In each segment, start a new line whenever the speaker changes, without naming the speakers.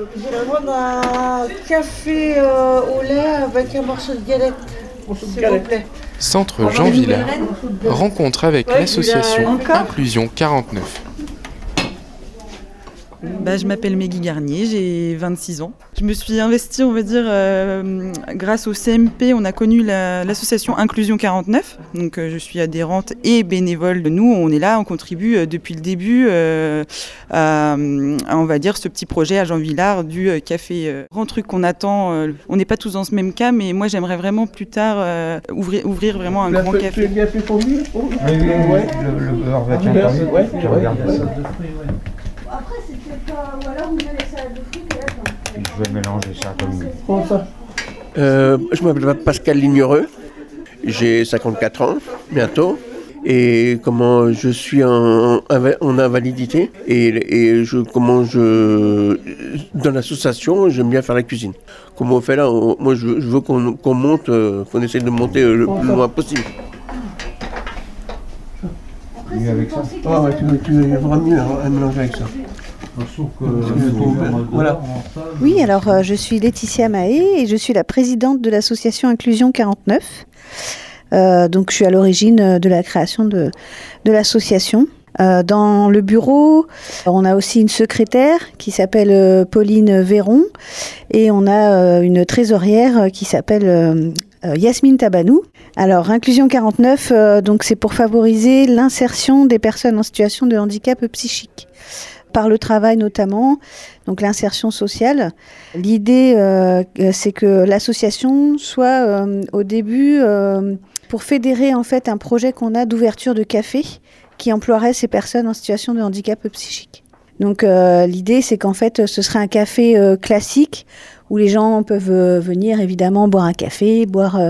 J'aimerais prendre un café au lait avec un morceau de galette, s'il vous plaît.
Centre Jean Villard, rencontre avec l'association Inclusion 49.
Je m'appelle Meggy Garnier, j'ai 26 ans. Je me suis investie, on va dire, grâce au CMP, on a connu l'association Inclusion 49. Donc je suis adhérente et bénévole. Nous, on est là, on contribue depuis le début à, on va dire, ce petit projet à Jean Villard du café. Grand truc qu'on attend, on n'est pas tous dans ce même cas, mais moi j'aimerais vraiment plus tard ouvrir vraiment un grand café.
Tu es bien fait pour lui ? Oui, le beurre va bien parler. Je regarde ça.
Après, c'était pas. Ou alors, vous avez les salades de fruits et là,
Je vais mélanger ça comme.
Comment ça ?
Je m'appelle Pascal Lignereux, j'ai 54 ans bientôt et je suis en invalidité et dans l'association j'aime bien faire la cuisine. Comme on fait là, moi je veux qu'on monte, qu'on essaie de monter le plus loin possible.
après,
avec ça.
Tu vas mieux à mélanger avec ça. Voilà.
Oui, alors je suis Laetitia Mahé et je suis la présidente de l'association Inclusion 49. Donc je suis à l'origine de la création de l'association. Dans le bureau, on a aussi une secrétaire qui s'appelle Pauline Véron et on a une trésorière qui s'appelle Yasmine Tabanou. Alors, Inclusion 49, donc c'est pour favoriser l'insertion des personnes en situation de handicap psychique. Par le travail notamment, donc l'insertion sociale. L'idée, c'est que l'association soit au début pour fédérer en fait un projet qu'on a d'ouverture de café qui emploierait ces personnes en situation de handicap psychique. Donc l'idée, c'est qu'en fait, ce serait un café classique où les gens peuvent venir évidemment boire un café,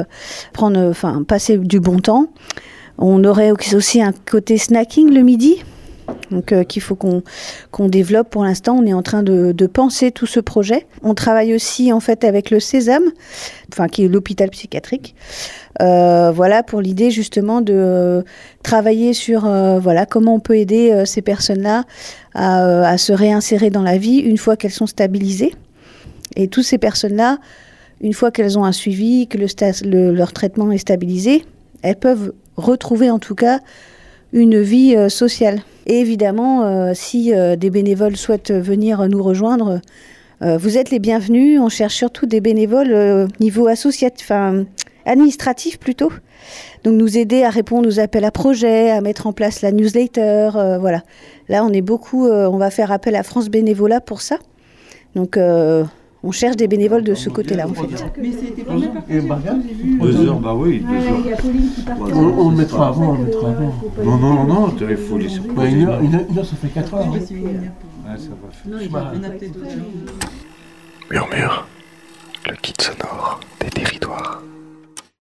passer du bon temps. On aurait aussi un côté snacking le midi. Donc qu'il faut qu'on développe pour l'instant. On est en train de penser tout ce projet. On travaille aussi en fait avec le Sésame, qui est l'hôpital psychiatrique. Pour l'idée justement de travailler sur comment on peut aider ces personnes-là à se réinsérer dans la vie une fois qu'elles sont stabilisées. Et toutes ces personnes-là, une fois qu'elles ont un suivi, que leur traitement est stabilisé, elles peuvent retrouver en tout cas une vie sociale. Et évidemment, si des bénévoles souhaitent venir nous rejoindre, vous êtes les bienvenus. On cherche surtout des bénévoles niveau administratif plutôt. Donc nous aider à répondre aux appels à projets, à mettre en place la newsletter. Là, on est beaucoup. On va faire appel à France Bénévolat pour ça. Donc on cherche des bénévoles de ce côté-là en fait.
Mais c'était pas mal partagé.
2 heures, bah oui, 2 heures.
il y a Pauline qui part.
On le mettra avant,
Non, il faut laisser poser.
Une heure, ça fait 4 heures.
Ouais, ça va faire.
Non, il y en a peut-être d'autres.
Murmure, le kit sonore des territoires.